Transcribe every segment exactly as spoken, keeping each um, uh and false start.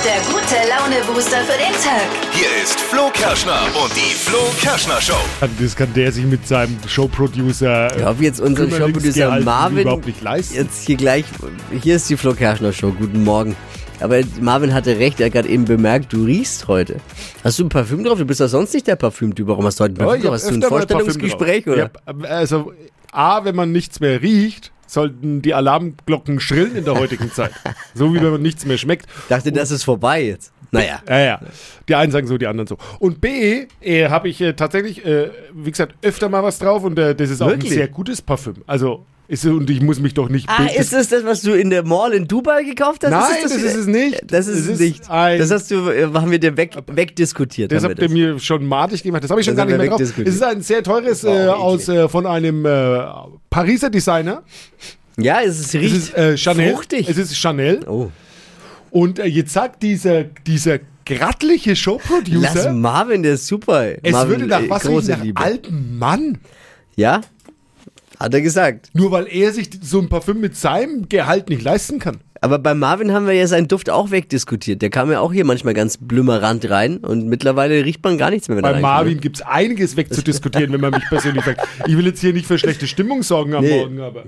der gute Laune-Booster für den Tag. Hier ist Flo Kerschner und die Flo Kerschner Show. Das kann der sich mit seinem Showproducer. Ja, wie jetzt unser Showproducer Marvin überhaupt nicht leisten. jetzt hier gleich, hier ist die Flo Kerschner Show, guten Morgen. Aber Marvin hatte recht, er hat gerade eben bemerkt, du riechst heute. Hast du ein Parfüm drauf? Du bist ja sonst nicht der Parfümtyp. Warum hast du heute ein Parfüm drauf? Hast du ein Vorstellungsgespräch, oder? Ja, also, A, wenn man nichts mehr riecht, sollten die Alarmglocken schrillen in der heutigen Zeit. So wie wenn man nichts mehr schmeckt. Ich dachte, das ist vorbei jetzt. Naja. Ja, ja. Die einen sagen so, die anderen so. Und B, äh, habe ich äh, tatsächlich, äh, wie gesagt, öfter mal was drauf und äh, das ist Wirklich? auch ein sehr gutes Parfüm. Also, ist, und ich muss mich doch nicht... Ah, ist das das, was du in der Mall in Dubai gekauft hast? Nein, ist das, das ist es nicht. Das ist es es nicht. Ein, das hast du, äh, haben wir dir weg, wegdiskutiert. Das haben habt wir ihr das. mir schon madig gemacht. Das habe ich schon Das gar nicht haben wir mehr drauf. wegdiskutiert. Es ist ein sehr teures Das äh, war auch aus, äh, von einem äh, Pariser Designer. Ja, es ist Es riecht ist äh, Chanel. fruchtig. Es ist Chanel. Oh. Und äh, jetzt sagt dieser, dieser grattliche Lass Showproducer, Marvin, der ist super. es Marvin, würde nach äh, was große riechen, nach Liebe. altem Mann. Ja? Hat er gesagt. Nur weil er sich so ein Parfüm mit seinem Gehalt nicht leisten kann. Aber bei Marvin haben wir ja seinen Duft auch wegdiskutiert. Der kam ja auch hier manchmal ganz blümmerant rein und mittlerweile riecht man gar nichts mehr. Wenn er Bei reinkommt. Marvin gibt es einiges wegzudiskutieren, wenn man mich persönlich fragt. Ich will jetzt hier nicht für schlechte Stimmung sorgen am Nee. Morgen, aber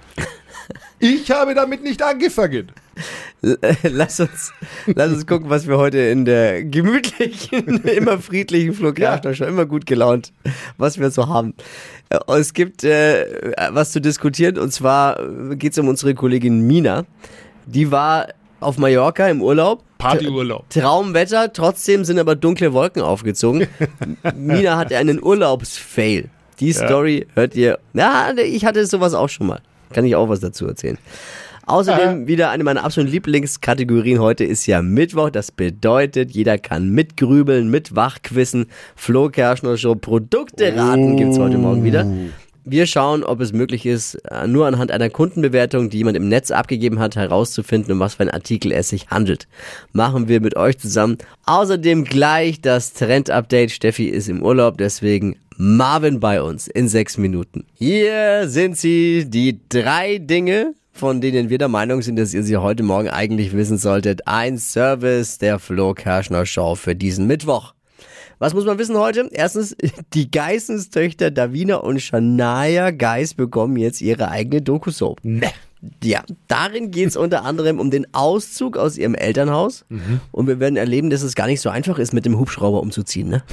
ich habe damit nicht angefangen. Lass uns, lass uns gucken, was wir heute in der gemütlichen, immer friedlichen Flo Kerschner Show, immer gut gelaunt, was wir so haben. Äh, Es gibt äh, was zu diskutieren und zwar geht es um unsere Kollegin Mina. Die war auf Mallorca im Urlaub. Partyurlaub. Traumwetter, trotzdem sind aber dunkle Wolken aufgezogen. Mina hatte einen Urlaubsfail. Die Story hört ihr. Na, ich hatte sowas auch schon mal. Kann ich auch was dazu erzählen. Außerdem Aha. wieder eine meiner absoluten Lieblingskategorien. Heute ist ja Mittwoch. Das bedeutet, jeder kann mitgrübeln, mit Wachquissen. Flo Kerschner Show Produkte raten gibt's heute Morgen wieder. Wir schauen, ob es möglich ist, nur anhand einer Kundenbewertung, die jemand im Netz abgegeben hat, herauszufinden, um was für einen Artikel es sich handelt. Machen wir mit euch zusammen. Außerdem gleich das Trend-Update. Steffi ist im Urlaub, deswegen Marvin bei uns in sechs Minuten. Hier sind sie, die drei Dinge, von denen wir der Meinung sind, dass ihr sie heute Morgen eigentlich wissen solltet. Ein Service der Flo Kerschner Show für diesen Mittwoch. Was muss man wissen heute? Erstens, die Geissenstöchter Davina und Shania Geiss bekommen jetzt ihre eigene Doku-Soap. Ne. Ja, darin geht es unter anderem um den Auszug aus ihrem Elternhaus. Und wir werden erleben, dass es gar nicht so einfach ist, mit dem Hubschrauber umzuziehen. Ne?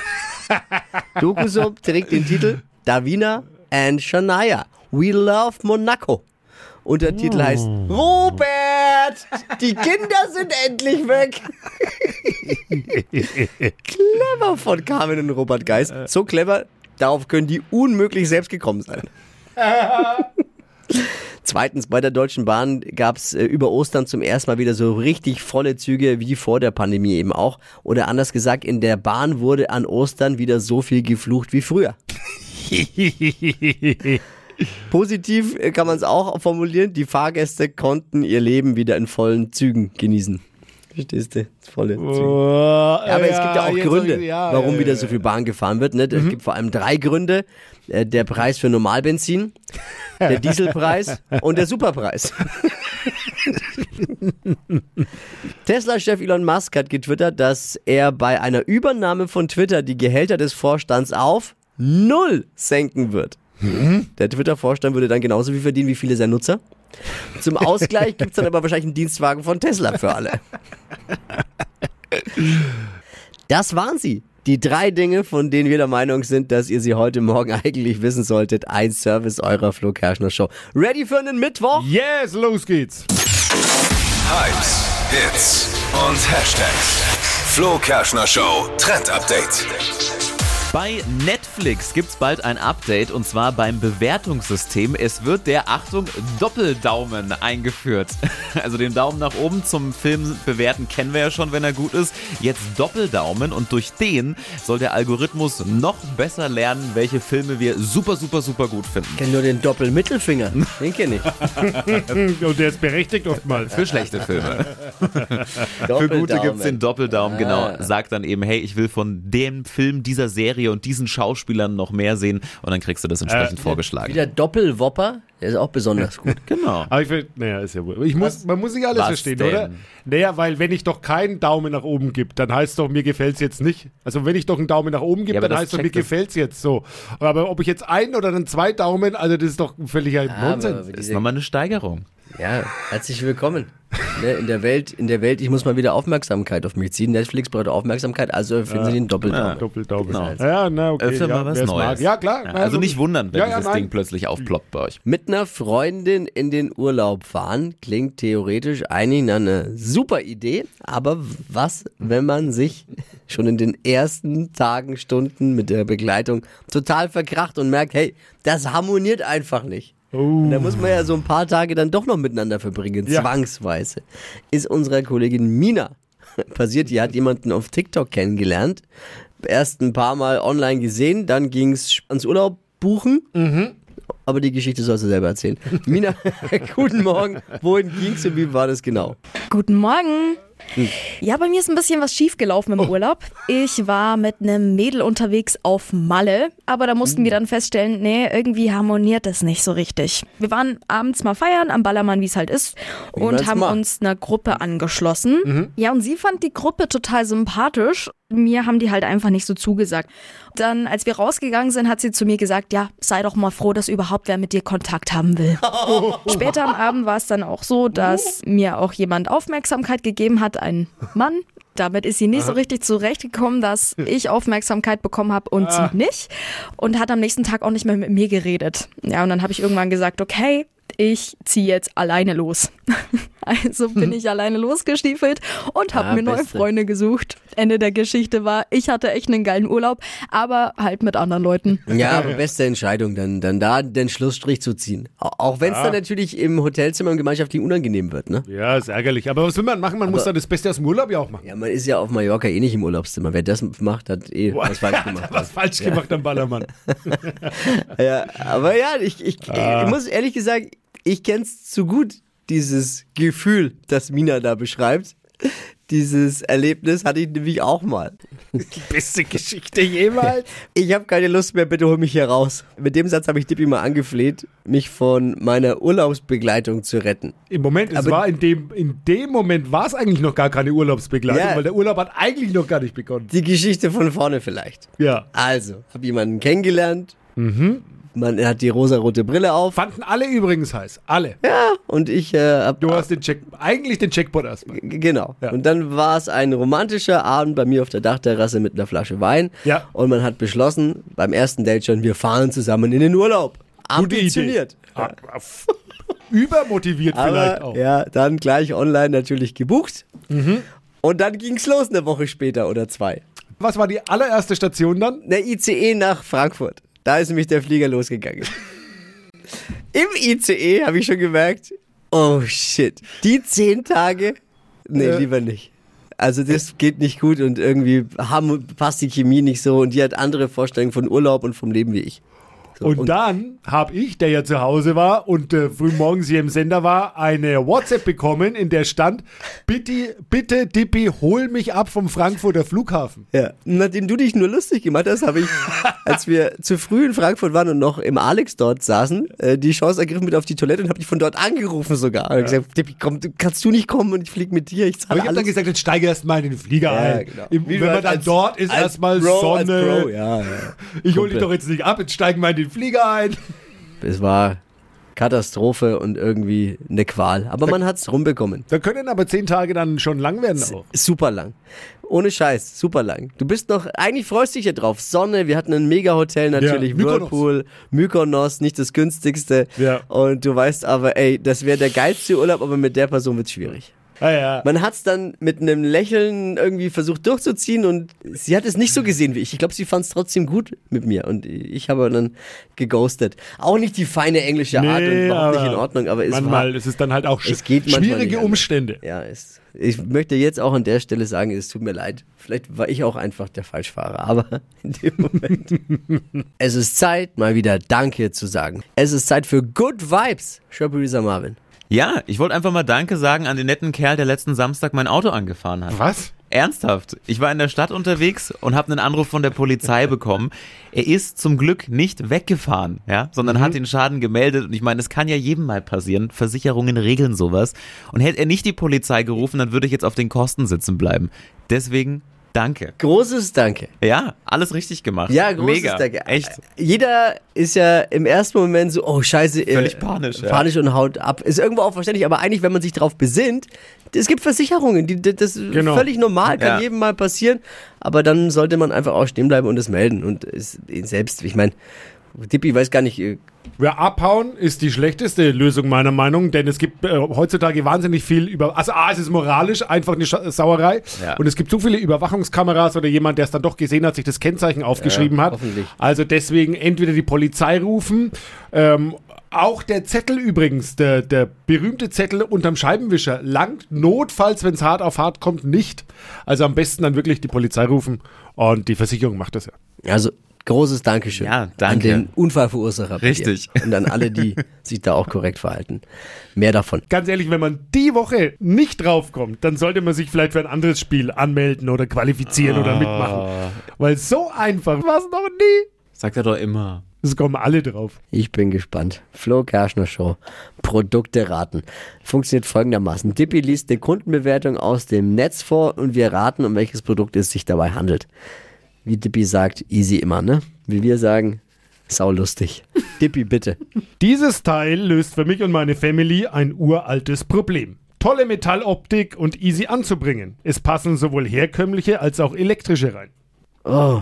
Doku-Soap trägt den Titel Davina and Shania. We love Monaco. Untertitel heißt Robert, die Kinder sind endlich weg. Clever von Carmen und Robert Geiss. So clever, darauf können die unmöglich selbst gekommen sein. Zweitens, bei der Deutschen Bahn gab es äh, über Ostern zum ersten Mal wieder so richtig volle Züge wie vor der Pandemie eben auch. Oder anders gesagt, in der Bahn wurde an Ostern wieder so viel geflucht wie früher. Positiv äh, kann man es auch formulieren, die Fahrgäste konnten ihr Leben wieder in vollen Zügen genießen. Verstehst du? Volle Züge. Oh, Ja, aber es gibt ja auch jetzt Gründe, sag ich- ja, warum ja, wieder ja, so viel Bahn gefahren wird. Ne? Es gibt vor allem drei Gründe. Äh, Der Preis für Normalbenzin, der Dieselpreis und der Superpreis. Tesla-Chef Elon Musk hat getwittert, dass er bei einer Übernahme von Twitter die Gehälter des Vorstands auf null senken wird. Der Twitter-Vorstand würde dann genauso viel verdienen wie viele seiner Nutzer. Zum Ausgleich gibt es dann aber wahrscheinlich einen Dienstwagen von Tesla für alle. Das waren sie. Die drei Dinge, von denen wir der Meinung sind, dass ihr sie heute Morgen eigentlich wissen solltet. Ein Service eurer Flo Kerschner Show. Ready für einen Mittwoch? Yes, los geht's. Hypes, Hits und Hashtags. Flo Kerschner Show Trend Update. Bei Netflix gibt's bald ein Update und zwar beim Bewertungssystem. Es wird der, Achtung, Doppeldaumen eingeführt. Also den Daumen nach oben zum Film bewerten kennen wir ja schon, wenn er gut ist. Jetzt Doppeldaumen und durch den soll der Algorithmus noch besser lernen, welche Filme wir super, super, super gut finden. Ich kenne nur den Doppelmittelfinger. Den kenne ich. Und der ist berechtigt oftmals. Für schlechte Filme. Für gute gibt's den Doppeldaumen, genau. Sagt dann eben, hey, ich will von dem Film, dieser Serie und diesen Schauspielern noch mehr sehen und dann kriegst du das entsprechend Äh, vorgeschlagen. Wieder Doppelwopper? Der ist auch besonders gut. Genau. Aber ich will, naja, ist ja wohl. Ich muss, man muss nicht alles Was verstehen, denn? oder? Naja, weil wenn ich doch keinen Daumen nach oben gebe, dann heißt doch, mir gefällt's jetzt nicht. Also wenn ich doch einen Daumen nach oben gebe, Ja, aber dann das heißt doch, mir checkt das- gefällt's jetzt so. Aber ob ich jetzt einen oder dann zwei Daumen, also das ist doch ein völliger aber Nonsens. diese- Das ist nochmal eine Steigerung. Ja, herzlich willkommen. Ne, in der Welt, in der Welt, ich muss mal wieder Aufmerksamkeit auf mich ziehen. Netflix braucht Aufmerksamkeit, also erfinden sie den Doppeltaumen. Doppeldaumen. Genau. Ja, na, okay. Öfter ja, mal was wer's Neues. mag. Ja, klar. Ja, na, also so- nicht wundern, wenn Ja, ja, dieses nein. Ding plötzlich aufploppt bei euch. Mit einer Freundin in den Urlaub fahren klingt theoretisch eigentlich nach einer super Idee, aber was, wenn man sich schon in den ersten Tagen, Stunden mit der Begleitung total verkracht und merkt, hey, das harmoniert einfach nicht. Und da muss man ja so ein paar Tage dann doch noch miteinander verbringen, Ja. zwangsweise. Ist unserer Kollegin Mina passiert, die hat jemanden auf TikTok kennengelernt, erst ein paar Mal online gesehen, dann ging es ans Urlaub buchen, aber die Geschichte sollst du selber erzählen. Mina, guten Morgen, wohin ging's und wie war das genau? Guten Morgen. Ja, bei mir ist ein bisschen was schiefgelaufen im Urlaub. Ich war mit einem Mädel unterwegs auf Malle, aber da mussten wir dann feststellen, nee, irgendwie harmoniert das nicht so richtig. Wir waren abends mal feiern am Ballermann, wie es halt ist, und man's haben macht. uns einer Gruppe angeschlossen. Ja, und sie fand die Gruppe total sympathisch. Mir haben die halt einfach nicht so zugesagt. Dann, als wir rausgegangen sind, hat sie zu mir gesagt, ja, sei doch mal froh, dass überhaupt wer mit dir Kontakt haben will. Später am Abend war es dann auch so, dass mir auch jemand Aufmerksamkeit gegeben hat, ein Mann. Damit ist sie nicht so richtig zurechtgekommen, dass ich Aufmerksamkeit bekommen habe und sie nicht. Und hat am nächsten Tag auch nicht mehr mit mir geredet. Ja, und dann habe ich irgendwann gesagt, okay, ich ziehe jetzt alleine los. Also bin ich alleine losgestiefelt und habe Ah, mir neue Beste. Freunde gesucht. Ende der Geschichte war, ich hatte echt einen geilen Urlaub, aber halt mit anderen Leuten. Ja, aber beste Entscheidung, dann, dann da den Schlussstrich zu ziehen. Au- Auch wenn es dann natürlich im Hotelzimmer im Gemeinschaftlichen unangenehm wird, ne? Ja, ist ärgerlich. Aber was will man machen? Man muss dann das Beste aus dem Urlaub ja auch machen. Ja, man ist ja auf Mallorca eh nicht im Urlaubszimmer. Wer das macht, hat eh was falsch gemacht. Was falsch gemacht am Ballermann. Ja, aber ja, ich, ich, Ah. ich muss ehrlich gesagt, ich kenn's zu gut, dieses Gefühl, das Mina da beschreibt. Dieses Erlebnis hatte ich nämlich auch mal. Beste Geschichte jemals. Ich habe keine Lust mehr, bitte hol mich hier raus. Mit dem Satz habe ich Dippi mal angefleht, mich von meiner Urlaubsbegleitung zu retten. Im Moment, es Aber- war in dem, in dem Moment war es eigentlich noch gar keine Urlaubsbegleitung, Ja. weil der Urlaub hat eigentlich noch gar nicht begonnen. Die Geschichte von vorne vielleicht. Ja. Also, habe jemanden kennengelernt. Man hat die rosarote Brille auf. Fanden alle übrigens heiß. Alle. Ja, und ich äh, hab, Du hast den Check, eigentlich den Checkpot erstmal. G- Genau. Ja. Und dann war es ein romantischer Abend bei mir auf der Dachterrasse mit einer Flasche Wein. Ja. Und man hat beschlossen, beim ersten Date schon, wir fahren zusammen in den Urlaub. Gute Idee. Ambitioniert. Ah, f- Übermotiviert vielleicht Aber auch. ja, dann gleich online natürlich gebucht. Mhm. Und dann ging's los eine Woche später oder zwei. Was war die allererste Station dann? Der I C E nach Frankfurt. Da ist nämlich der Flieger losgegangen. Im I C E habe ich schon gemerkt, oh shit, die zehn Tage, nee, Ja. lieber nicht. Also das geht nicht gut und irgendwie haben, passt die Chemie nicht so und die hat andere Vorstellungen von Urlaub und vom Leben wie ich. So, Und, dann habe ich, der ja zu Hause war und äh, früh morgens hier im Sender war, eine WhatsApp bekommen, in der stand, bitte, bitte, Dippi, hol mich ab vom Frankfurter Flughafen. Ja. Nachdem du dich nur lustig gemacht hast, habe ich, als wir zu früh in Frankfurt waren und noch im Alex dort saßen, äh, die Chance ergriffen mit auf die Toilette und habe dich von dort angerufen sogar. Und ja. gesagt, Dippi, komm, du, kannst du nicht kommen und ich fliege mit dir, ich Aber zahle ich habe alles. dann gesagt, jetzt steige erst mal in den Flieger Ja, ein. genau. Im, Wie wenn du man als- dann dort ist, als erstmal Bro, als Sonne. Bro, ja, ja. Ich hol dich Kumpel. doch jetzt nicht ab, jetzt steigen wir in den Flieger ein. Es war Katastrophe und irgendwie eine Qual. Aber man hat es rumbekommen. Da können aber zehn Tage dann schon lang werden auch. Super lang. Ohne Scheiß, super lang. Du bist noch, eigentlich freust du dich ja drauf. Sonne, wir hatten ein Mega-Hotel natürlich, Ja, Mykonos. Whirlpool, Mykonos, nicht das günstigste. Ja. Und du weißt aber, ey, das wäre der geilste Urlaub, aber mit der Person wird's schwierig. Ah, ja. Man hat's dann mit einem Lächeln irgendwie versucht durchzuziehen und sie hat es nicht so gesehen wie ich. Ich glaube, sie fand's trotzdem gut mit mir und ich habe dann geghostet. Auch nicht die feine englische Art und überhaupt nicht in Ordnung, aber es manchmal war... ist es dann halt auch sch Es geht manchmal nicht schwierige anders. Umstände. Ja, es, ich möchte jetzt auch an der Stelle sagen, es tut mir leid. Vielleicht war ich auch einfach der Falschfahrer, aber in dem Moment. Es ist Zeit, mal wieder Danke zu sagen. Es ist Zeit für Good Vibes. Showproducer Marvin. Ja, ich wollte einfach mal Danke sagen an den netten Kerl, der letzten Samstag mein Auto angefahren hat. Was? Ernsthaft. Ich war in der Stadt unterwegs und habe einen Anruf von der Polizei bekommen. Er ist zum Glück nicht weggefahren, ja, sondern Mhm. hat den Schaden gemeldet. Und ich meine, es kann ja jedem mal passieren. Versicherungen regeln sowas. Und hätte er nicht die Polizei gerufen, dann würde ich jetzt auf den Kosten sitzen bleiben. Deswegen danke. Großes Danke. Ja, alles richtig gemacht. Ja, großes Mega. Danke. Echt. Jeder ist ja im ersten Moment so, oh scheiße. äh, Völlig panisch, ja. Panisch und haut ab. Ist irgendwo auch verständlich, aber eigentlich, wenn man sich darauf besinnt, es gibt Versicherungen, die, das ist Genau. völlig normal, kann Ja. jedem mal passieren, aber dann sollte man einfach auch stehen bleiben und es melden. Und es, selbst, ich meine, Dippi weiß gar nicht, äh, Ja, abhauen ist die schlechteste Lösung meiner Meinung, denn es gibt äh, heutzutage wahnsinnig viel über. Also A, es ist moralisch einfach eine Scha Sauerei Ja. und es gibt so viele Überwachungskameras oder jemand, der es dann doch gesehen hat, sich das Kennzeichen aufgeschrieben hat. hoffentlich. Also deswegen entweder die Polizei rufen, ähm, auch der Zettel übrigens, der, der berühmte Zettel unterm Scheibenwischer, langt notfalls, wenn es hart auf hart kommt, nicht. Also am besten dann wirklich die Polizei rufen und die Versicherung macht das ja. also großes Dankeschön Ja, danke. an den Unfallverursacher. bei Richtig. dir. Und an alle, die sich da auch korrekt verhalten. Mehr davon. Ganz ehrlich, wenn man die Woche nicht draufkommt, dann sollte man sich vielleicht für ein anderes Spiel anmelden oder qualifizieren oder mitmachen. Weil so einfach war es noch nie. Sagt er doch immer. Es kommen alle drauf. Ich bin gespannt. Flo Kerschner Show. Produkte raten. Funktioniert folgendermaßen. Dippi liest eine Kundenbewertung aus dem Netz vor und wir raten, um welches Produkt es sich dabei handelt. Wie Dippi sagt, easy immer, ne? Wie wir sagen, saulustig. Dippi, bitte. Dieses Teil löst für mich und meine Family ein uraltes Problem. Tolle Metalloptik und easy anzubringen. Es passen sowohl herkömmliche als auch elektrische rein. Oh.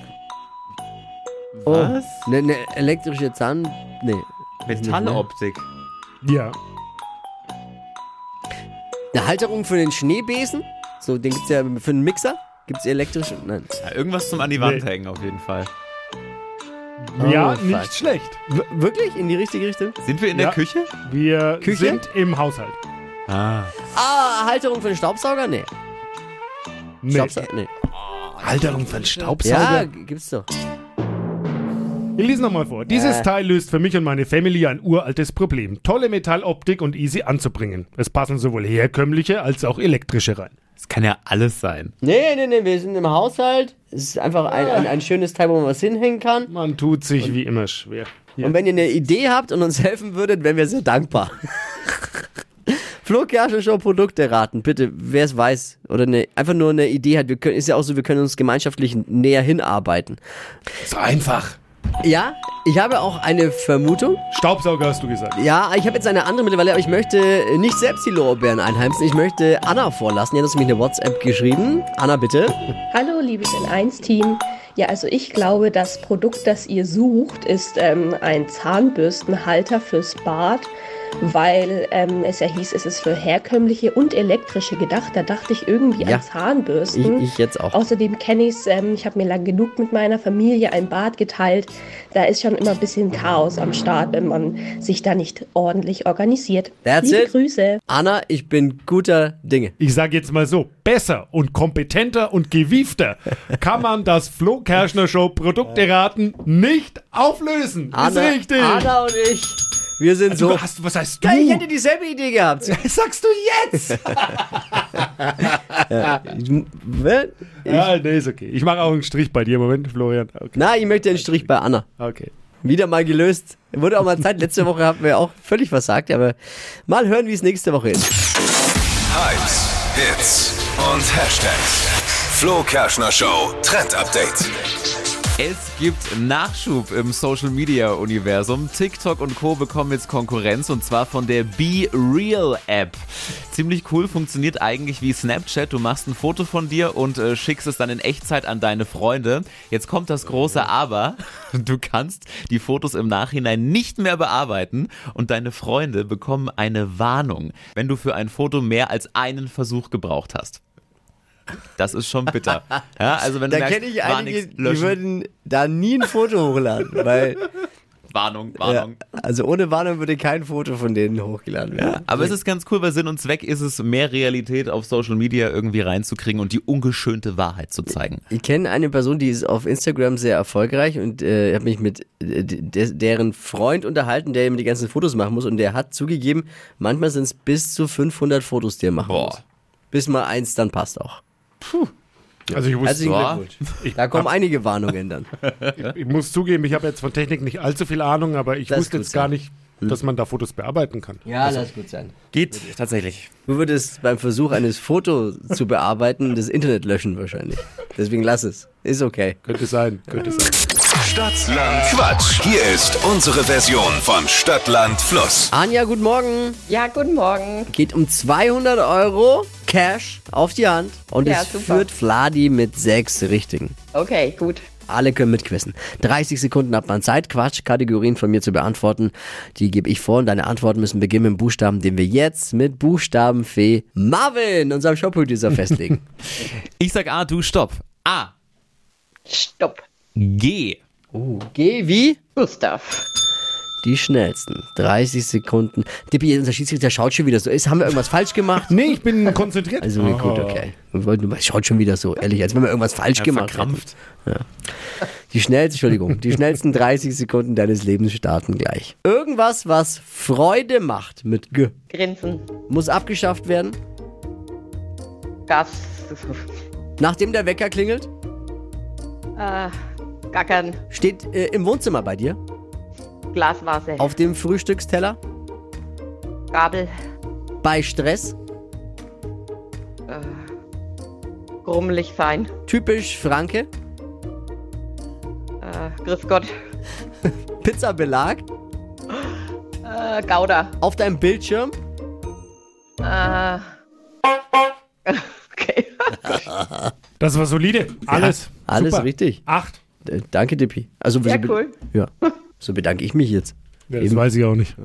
Oh. Was? Eine ne elektrische Zahn... Nee. Metalloptik. Ja. Eine Halterung für den Schneebesen? So, den gibt's ja für einen Mixer. Gibt's elektrische? Nein. Ja, irgendwas zum an die Wand Nee. hängen auf jeden Fall. Ja, Oh, fuck. nicht schlecht. W wirklich? In die richtige Richtung? Sind wir in Ja. der Küche? Wir Küche? sind im Haushalt. Ah. Ah, Halterung für den Staubsauger? Nee. Nee. Staubsauger? Nee. Halterung für einen Ja, Staubsauger? g- gibt's doch. Ich lese nochmal vor. Dieses Äh. Teil löst für mich und meine Family ein uraltes Problem. Tolle Metalloptik und easy anzubringen. Es passen sowohl herkömmliche als auch elektrische rein. Das kann ja alles sein. Nee, nee, nee, wir sind im Haushalt. Es ist einfach ein, ein, ein schönes Teil, wo man was hinhängen kann. Man tut sich wie immer schwer. Ja. Und wenn ihr eine Idee habt und uns helfen würdet, wären wir sehr dankbar. Flo Kerschner Show Produkte raten, bitte, wer es weiß oder eine, einfach nur eine Idee hat. Wir können, ist ja auch so, wir können uns gemeinschaftlich näher hinarbeiten. So einfach. Ja, ich habe auch eine Vermutung. Staubsauger hast du gesagt. Ja, ich habe jetzt eine andere mittlerweile, aber ich möchte nicht selbst die Lorbeeren einheimsen. Ich möchte Anna vorlassen. Die hat uns nämlich eine WhatsApp geschrieben. Anna, bitte. Hallo, liebes N eins Team. Ja, also ich glaube, das Produkt, das ihr sucht, ist ähm, ein Zahnbürstenhalter fürs Bad, weil ähm, es ja hieß, es ist für herkömmliche und elektrische gedacht. Da dachte ich irgendwie Ja. an Zahnbürsten. Ich, ich jetzt auch. Außerdem kenne ich es, ähm, ich habe mir lang genug mit meiner Familie ein Bad geteilt. Da ist schon immer ein bisschen Chaos am Start, wenn man sich da nicht ordentlich organisiert. That's Liebe it. Grüße. Anna, ich bin guter Dinge. Ich sage jetzt mal so, besser und kompetenter und gewiefter kann man das Flo Kerschner Show Produkte raten nicht auflösen. Anna, ist richtig. Anna und ich, wir sind Also, so... du hast, was heißt du? Ja, ich hätte dieselbe Idee gehabt. Was sagst du jetzt? Ich, ja, nee, ist okay. Ich mache auch einen Strich bei dir. Moment, Florian. Okay. na, ich möchte einen Strich bei Anna. okay. Wieder mal gelöst. Wurde auch mal Zeit. Letzte Woche haben wir auch völlig versagt, aber mal hören, wie es nächste Woche ist. Hypes, Hits und Hashtags. Flo Kerschner Show Trend Update. Es gibt Nachschub im Social-Media-Universum. TikTok und Co. bekommen jetzt Konkurrenz und zwar von der Be Real App. Ziemlich cool, funktioniert eigentlich wie Snapchat. Du machst ein Foto von dir und äh, schickst es dann in Echtzeit an deine Freunde. Jetzt kommt das große Aber. Du kannst die Fotos im Nachhinein nicht mehr bearbeiten und deine Freunde bekommen eine Warnung, wenn du für ein Foto mehr als einen Versuch gebraucht hast. Das ist schon bitter. Ja, also wenn du Da merkst, kenne ich war einige, nichts, die löschen. würden da nie ein Foto hochladen, weil Warnung, ja, Warnung. also ohne Warnung würde kein Foto von denen hochgeladen werden. Aber es ist ganz cool, weil Sinn und Zweck ist es, mehr Realität auf Social Media irgendwie reinzukriegen und die ungeschönte Wahrheit zu zeigen. Ich kenne eine Person, die ist auf Instagram sehr erfolgreich und äh, habe mich mit äh, de- deren Freund unterhalten, der ihm die ganzen Fotos machen muss und der hat zugegeben, manchmal sind es bis zu fünfhundert Fotos, die er machen Boah. muss. Bis mal eins dann passt auch. Also ich muss, Herzlichen Ja. Glückwunsch. ich, Da kommen einige Warnungen dann. ich muss zugeben, ich habe jetzt von Technik nicht allzu viel Ahnung, aber ich Das wusste ist jetzt gut gar sein. nicht, dass man da Fotos bearbeiten kann. Ja, lass gut sein. Geht tatsächlich. Du würdest beim Versuch, eines Foto zu bearbeiten, das Internet löschen wahrscheinlich. Deswegen lass es. Ist okay. Könnte sein, könnte sein. Stadtland Quatsch. Hier ist unsere Version von Stadtland Fluss. Anja, guten Morgen. Ja, guten Morgen. Geht um zweihundert Euro Cash auf die Hand. Und Ja, es super. führt Vladi mit sechs Richtigen. Okay, gut. Alle können mitquissen. dreißig Sekunden hat man Zeit, Quatsch-Kategorien von mir zu beantworten. Die gebe ich vor und deine Antworten müssen beginnen mit dem Buchstaben, den wir jetzt mit Buchstabenfee Marvin, unserem Shop-Producer, festlegen. Ich sag A, du stopp. A. Stopp. G. Uh, G wie? Gustav. Die schnellsten. dreißig Sekunden. Dippi, unser Schiedsrichter schaut schon wieder so. Ist, haben wir irgendwas falsch gemacht? Nee, ich bin konzentriert. Also gut, okay. Wir wollten nur, schaut schon wieder so, ehrlich, als wenn wir irgendwas falsch gemacht hätten. Verkrampft. Die schnellsten, Entschuldigung, die schnellsten dreißig Sekunden deines Lebens starten gleich. Irgendwas, was Freude macht mit G, Grinsen. muss abgeschafft werden, Gas. nachdem der Wecker klingelt, Äh, Gackern. steht äh, im Wohnzimmer bei dir, Glasvase. auf dem Frühstücksteller, Gabel. bei Stress, Grummelig sein. typisch Franke, Äh, grüß Gott. Pizzabelag, Äh, Gouda. auf deinem Bildschirm, Äh. Okay. Das war solide. Alles. alles Super. richtig. Acht. Äh, danke, Dippi. Also, Ja, so be- cool. Ja, so bedanke ich mich jetzt. Ja, das Eben. weiß ich auch nicht.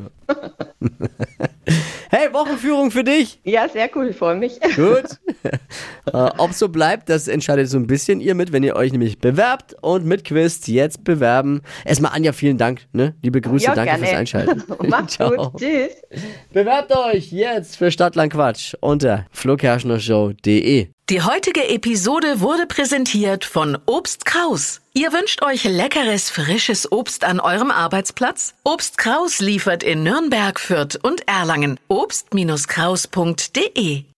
Hey, Wochenführung für dich. Ja, sehr cool, freue mich. Gut. äh, Ob so bleibt, das entscheidet so ein bisschen ihr mit, wenn ihr euch nämlich bewerbt und mitquizt. Jetzt bewerben. Erstmal Anja, vielen Dank. Ne? Liebe Grüße, Ja, danke gerne. fürs Einschalten. Macht's Ciao. gut. Tschüss. Bewerbt euch jetzt für Stadtland Quatsch unter flokerschnershow punkt de. Die heutige Episode wurde präsentiert von Obst Kraus. Ihr wünscht euch leckeres, frisches Obst an eurem Arbeitsplatz? Obst Kraus liefert in Nürnberg, Fürth und Erlangen. obst Kraus punkt de